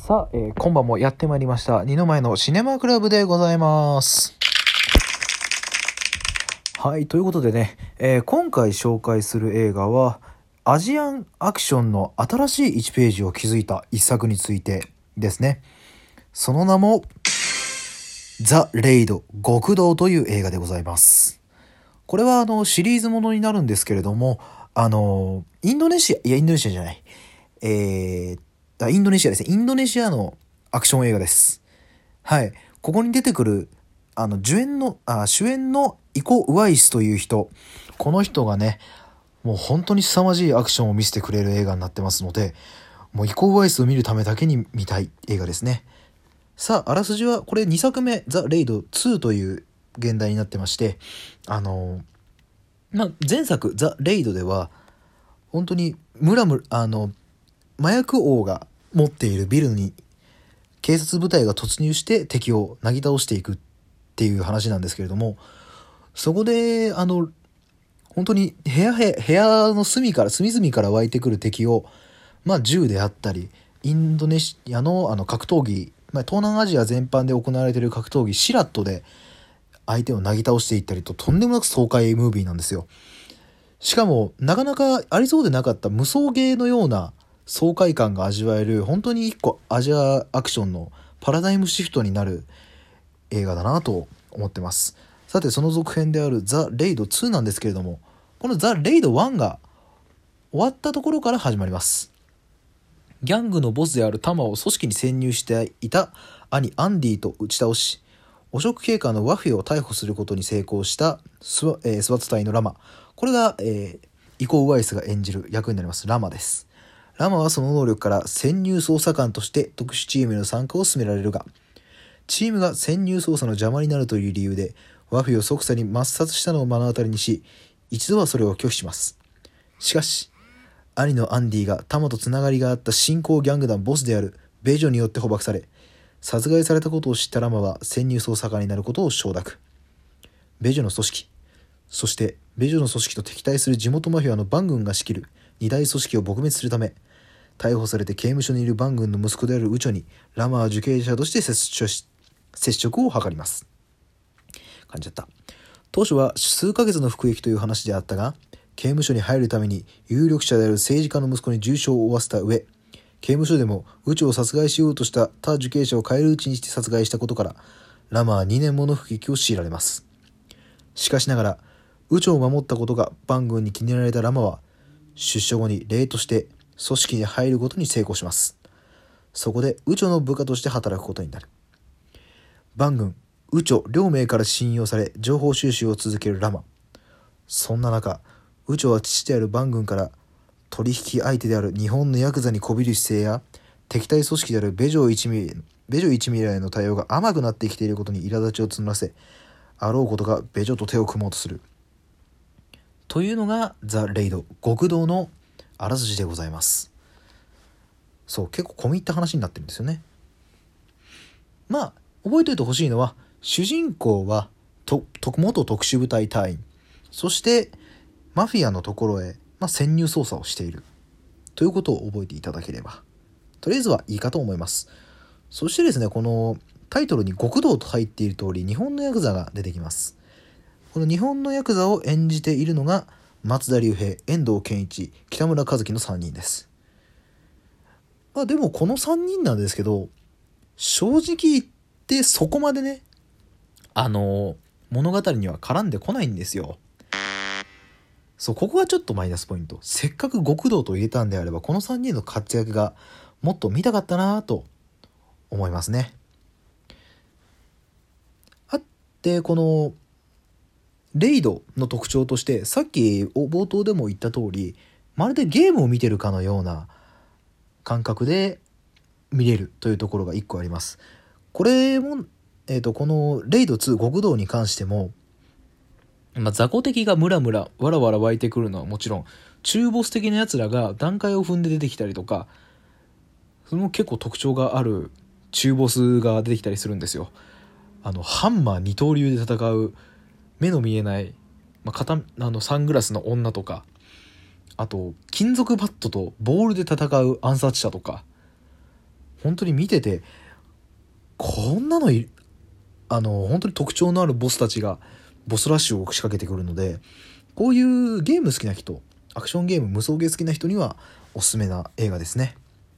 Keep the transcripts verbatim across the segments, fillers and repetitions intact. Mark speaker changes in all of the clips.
Speaker 1: さあ、えー、今晩もやってまいりました二の前のシネマクラブでございます。はい、ということでね、えー、今回紹介する映画はアジアンアクションの新しいいちページを築いた一作についてですね。その名もザ・レイド極道という映画でございます。これはあのシリーズものになるんですけれども、あのインドネシアいやインドネシアじゃないえーインドネシアですね。インドネシアのアクション映画です。はい。ここに出てくる、あの、主演の、あ、主演のイコ・ウワイスという人。この人がね、もう本当に凄まじいアクションを見せてくれる映画になってますので、もうイコ・ウワイスを見るためだけに見たい映画ですね。さあ、あらすじは、これにさくめ、ザ・レイドツーという現代になってまして、あの、まあ、前作、ザ・レイドでは、本当に、ムラムラ、あの、麻薬王が持っているビルに警察部隊が突入して敵をなぎ倒していくっていう話なんですけれども、そこであの本当に部屋部屋の隅から隅々から湧いてくる敵を、まあ、銃であったりインドネシアのあの格闘技、まあ、東南アジア全般で行われている格闘技シラットで相手をなぎ倒していったりと、とんでもなく爽快ムービーなんですよ。しかもなかなかありそうでなかった無双ゲーのような爽快感が味わえる、本当に一個アジアアクションのパラダイムシフトになる映画だなと思ってます。さて、その続編であるザ・レイドツーなんですけれども、このザ・レイドワンが終わったところから始まります。ギャングのボスであるタマを組織に潜入していた兄アンディと打ち倒し、汚職警官のワフィを逮捕することに成功したスワ、えー、スワット隊のラマ、これが、えー、イコ・ウワイスが演じる役になりますラマです。ラマはその能力から潜入捜査官として特殊チームへの参加を勧められるが、チームが潜入捜査の邪魔になるという理由でワフィを即座に抹殺したのを目の当たりにし、一度はそれを拒否します。しかし兄のアンディがタマとつながりがあった新興ギャング団ボスであるベジョによって捕獲され、殺害されたことを知ったラマは潜入捜査官になることを承諾。ベジョの組織、そしてベジョの組織と敵対する地元マフィアのバン軍が仕切る二大組織を撲滅するため、逮捕されて刑務所にいるバン軍の息子であるウチョにラマは受刑者として接触を図ります。感じちゃった。当初は数ヶ月の服役という話であったが、刑務所に入るために有力者である政治家の息子に重傷を負わせた上、刑務所でもウチョを殺害しようとした他受刑者を返り討ちにして殺害したことから、ラマはにねんもの服役を強いられます。しかしながらウチョを守ったことがバン軍に気に入られたラマは、出所後に礼として組織に入ることに成功します。そこでウチョの部下として働くことになる。バン軍、ウチョ両名から信用され情報収集を続けるラマ。そんな中、ウチョは父であるバン軍から取引相手である日本のヤクザにこびる姿勢や敵対組織であるベジョ一味ベジョ一味への対応が甘くなってきていることに苛立ちを募らせ、あろうことがベジョと手を組もうとするというのがザ・レイド極道のあらすじでございます。そう、結構込み入った話になってるんですよね。まあ覚えておいてほしいのは、主人公はとと元特殊部隊隊員、そしてマフィアのところへ、まあ、潜入捜査をしているということを覚えていただければとりあえずはいいかと思います。そしてですね、このタイトルに極道と入っている通り、日本のヤクザが出てきます。この日本のヤクザを演じているのが松田龍平、遠藤健一、北村一輝のさんにんです。まあでもこのさんにんなんですけど、正直言ってそこまでね、あの物語には絡んでこないんですよ。そう、ここがちょっとマイナスポイント。せっかく極道と言えたんであれば、このさんにんの活躍がもっと見たかったなと思いますね。あってこのレイドの特徴として、さっき冒頭でも言った通り、まるでゲームを見てるかのような感覚で見れるというところがいっこあります。これも、えーと、このレイドツー極道に関しても、まあ、雑魚敵がムラムラわらわら湧いてくるのはもちろん、中ボス的なやつらが段階を踏んで出てきたりとか、その結構特徴がある中ボスが出てきたりするんですよ。あのハンマー二刀流で戦う目の見えない、まあ、片あのサングラスの女とか、あと金属バットとボールで戦う暗殺者とか、 本当に見ててこんなのいあの本当に特徴のあるボスたちがボスラッシュを仕掛けてくるので、こういうゲーム好きな人、アクションゲーム無双ゲー好きな人にはおすすめな映画ですね。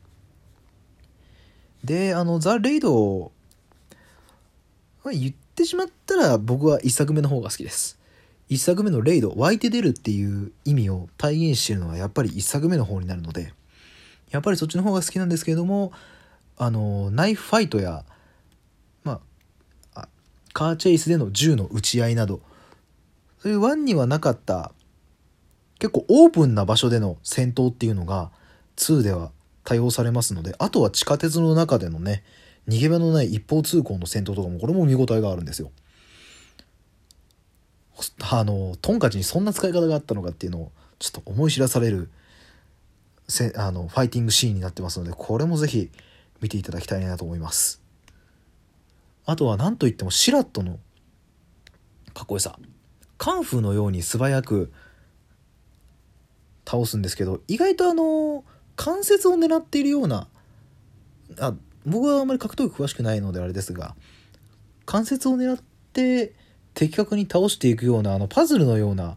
Speaker 1: で、あのザ・レイド、まあ、言ってしまったら僕はいっさくめの方が好きです。いっさくめのレイド、湧いて出るっていう意味を体現しているのはやっぱりいっさくめの方になるので、やっぱりそっちの方が好きなんですけれども、あのナイフファイトや、まあ、カーチェイスでの銃の撃ち合いなど、そういうワンにはなかった結構オープンな場所での戦闘っていうのがツーでは多用されますので、あとは地下鉄の中でのね、逃げ場のない一方通行の戦闘とかもこれも見応えがあるんですよ。あのトンカチにそんな使い方があったのかっていうのをちょっと思い知らされるせあのファイティングシーンになってますので、これもぜひ見ていただきたいなと思います。あとは何といってもシラットのかっこよさ、カンフーのように素早く倒すんですけど、意外とあの関節を狙っているような、あ僕はあまり格闘技詳しくないのであれですが、関節を狙って的確に倒していくようなあのパズルのような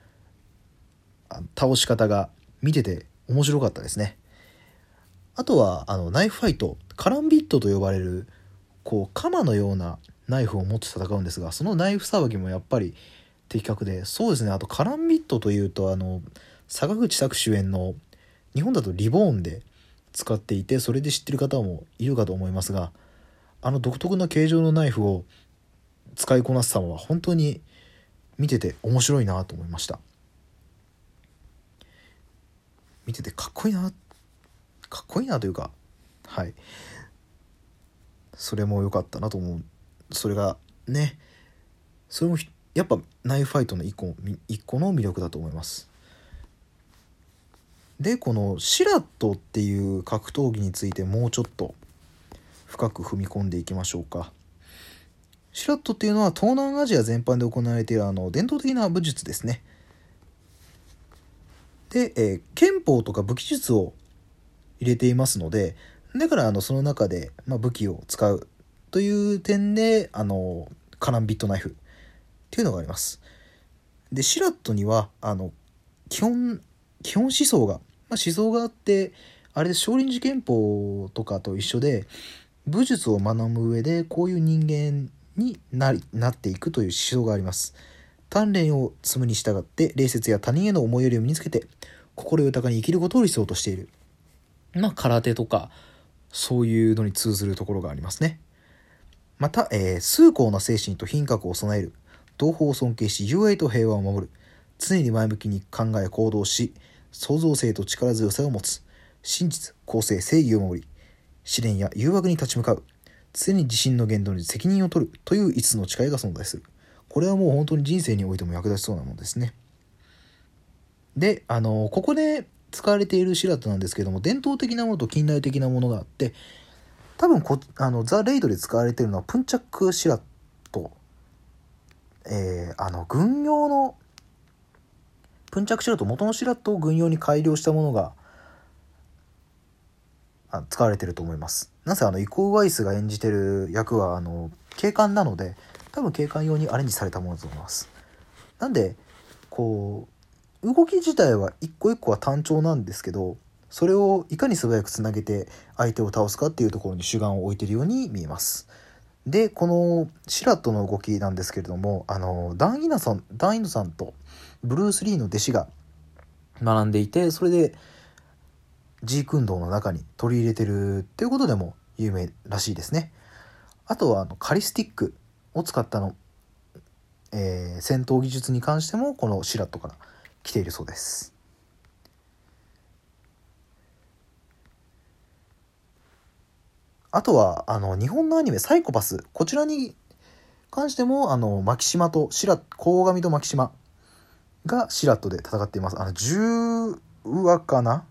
Speaker 1: 倒し方が見てて面白かったですね。あとはあのナイフファイト、カランビットと呼ばれるこう鎌のようなナイフを持って戦うんですが、そのナイフさばきもやっぱり的確で、そうですね。あとカランビットというとあの坂口拓主演の日本だとリボーンで使っていて、それで知ってる方もいるかと思いますが、あの独特な形状のナイフを使いこなす様は本当に見てて面白いなと思いました。見ててかっこいいなかっこいいなというか、はいそれも良かったなと思う。それがね、それもやっぱナイフファイトの一個一個の魅力だと思います。でこのシラットっていう格闘技についてもうちょっと深く踏み込んでいきましょうか。シラットっていうのは東南アジア全般で行われているあの伝統的な武術ですね。で、えー、拳法とか武器術を入れていますので、だからあのその中で、まあ、武器を使うという点であのカランビットナイフっていうのがあります。でシラットにはあの基本基本思想が、まあ、思想があって、あれで少林寺拳法とかと一緒で武術を学ぶ上でこういう人間に な, なっていくという思想があります。鍛錬を積むに従って礼節や他人への思いやりを身につけて心豊かに生きることを理想としている。まあ空手とかそういうのに通ずるところがありますね。また、えー、崇高な精神と品格を備える、同胞を尊敬し友愛と平和を守る、常に前向きに考え行動し創造性と力強さを持つ、真実公正正義を守り試練や誘惑に立ち向かう、常に自身の言動に責任を取るといういつつの誓いが存在する。これはもう本当に人生においても役立ちそうなものですね。で、あのここで使われているシラットなんですけども、伝統的なものと近代的なものがあって、多分こあのザ・レイドで使われているのはプンチャックシラット、えー、あの軍用のプンチャックシラット、元のシラットを軍用に改良したものが使われていると思います。なぜあのイコ・ウワイスが演じてる役はあの警官なので、多分警官用にアレンジされたものだと思います。なんでこう動き自体は一個一個は単調なんですけど、それをいかに素早くつなげて相手を倒すかっていうところに主眼を置いているように見えます。でこのシラットの動きなんですけれども、あのダン・イノさんダン・イノさんとブルース・リーの弟子が学んでいて、それでジークンドーの中に取り入れてるっていうことでも有名らしいですね。あとはあのカリスティックを使ったの、えー、戦闘技術に関してもこのシラットから来ているそうです。あとはあの日本のアニメサイコパス、こちらに関してもあのマキシマとシラ鴻上とマキシマがシラットで戦っています。あのじゅうわかな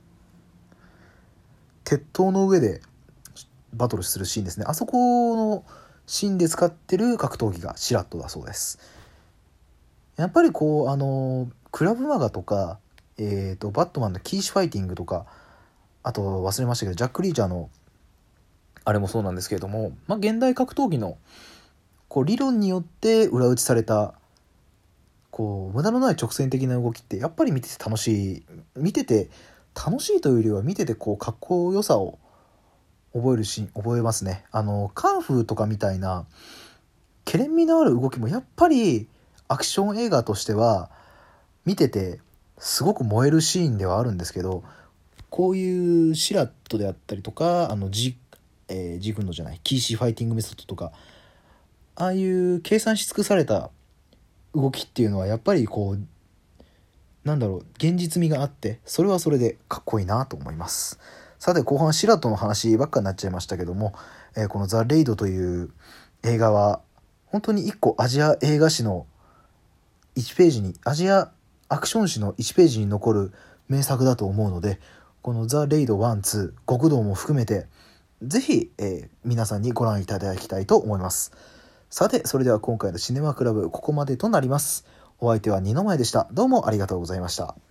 Speaker 1: 鉄塔の上でバトルするシーンですね。あそこのシーンで使ってる格闘技がシラットだそうです。やっぱりこうあのクラブマガとか、えーとバットマンのキーシファイティングとか、あと忘れましたけどジャック・リーチャーのあれもそうなんですけれども、まあ、現代格闘技のこう理論によって裏打ちされたこう無駄のない直線的な動きってやっぱり見てて楽しい見てて楽しいというよりは見ててこうかっこよさを覚えるし覚えますね。あのカンフーとかみたいなけれん味のある動きもやっぱりアクション映画としては見ててすごく燃えるシーンではあるんですけど、こういうシラットであったりとかあのジ、えー、ジグンドじゃないキーシーファイティングメソッドとかああいう計算し尽くされた動きっていうのはやっぱりこうなんだろう現実味があってそれはそれでかっこいいなと思います。さて後半シラットの話ばっかになっちゃいましたけども、えー、このザ・レイドという映画は本当に一個アジア映画史のいちページにアジアアクション史のいちページに残る名作だと思うので、このザ・レイドいち、に極道も含めてぜひ、えー、皆さんにご覧いただきたいと思います。さてそれでは今回のシネマクラブここまでとなります。お相手は二の前でした。どうもありがとうございました。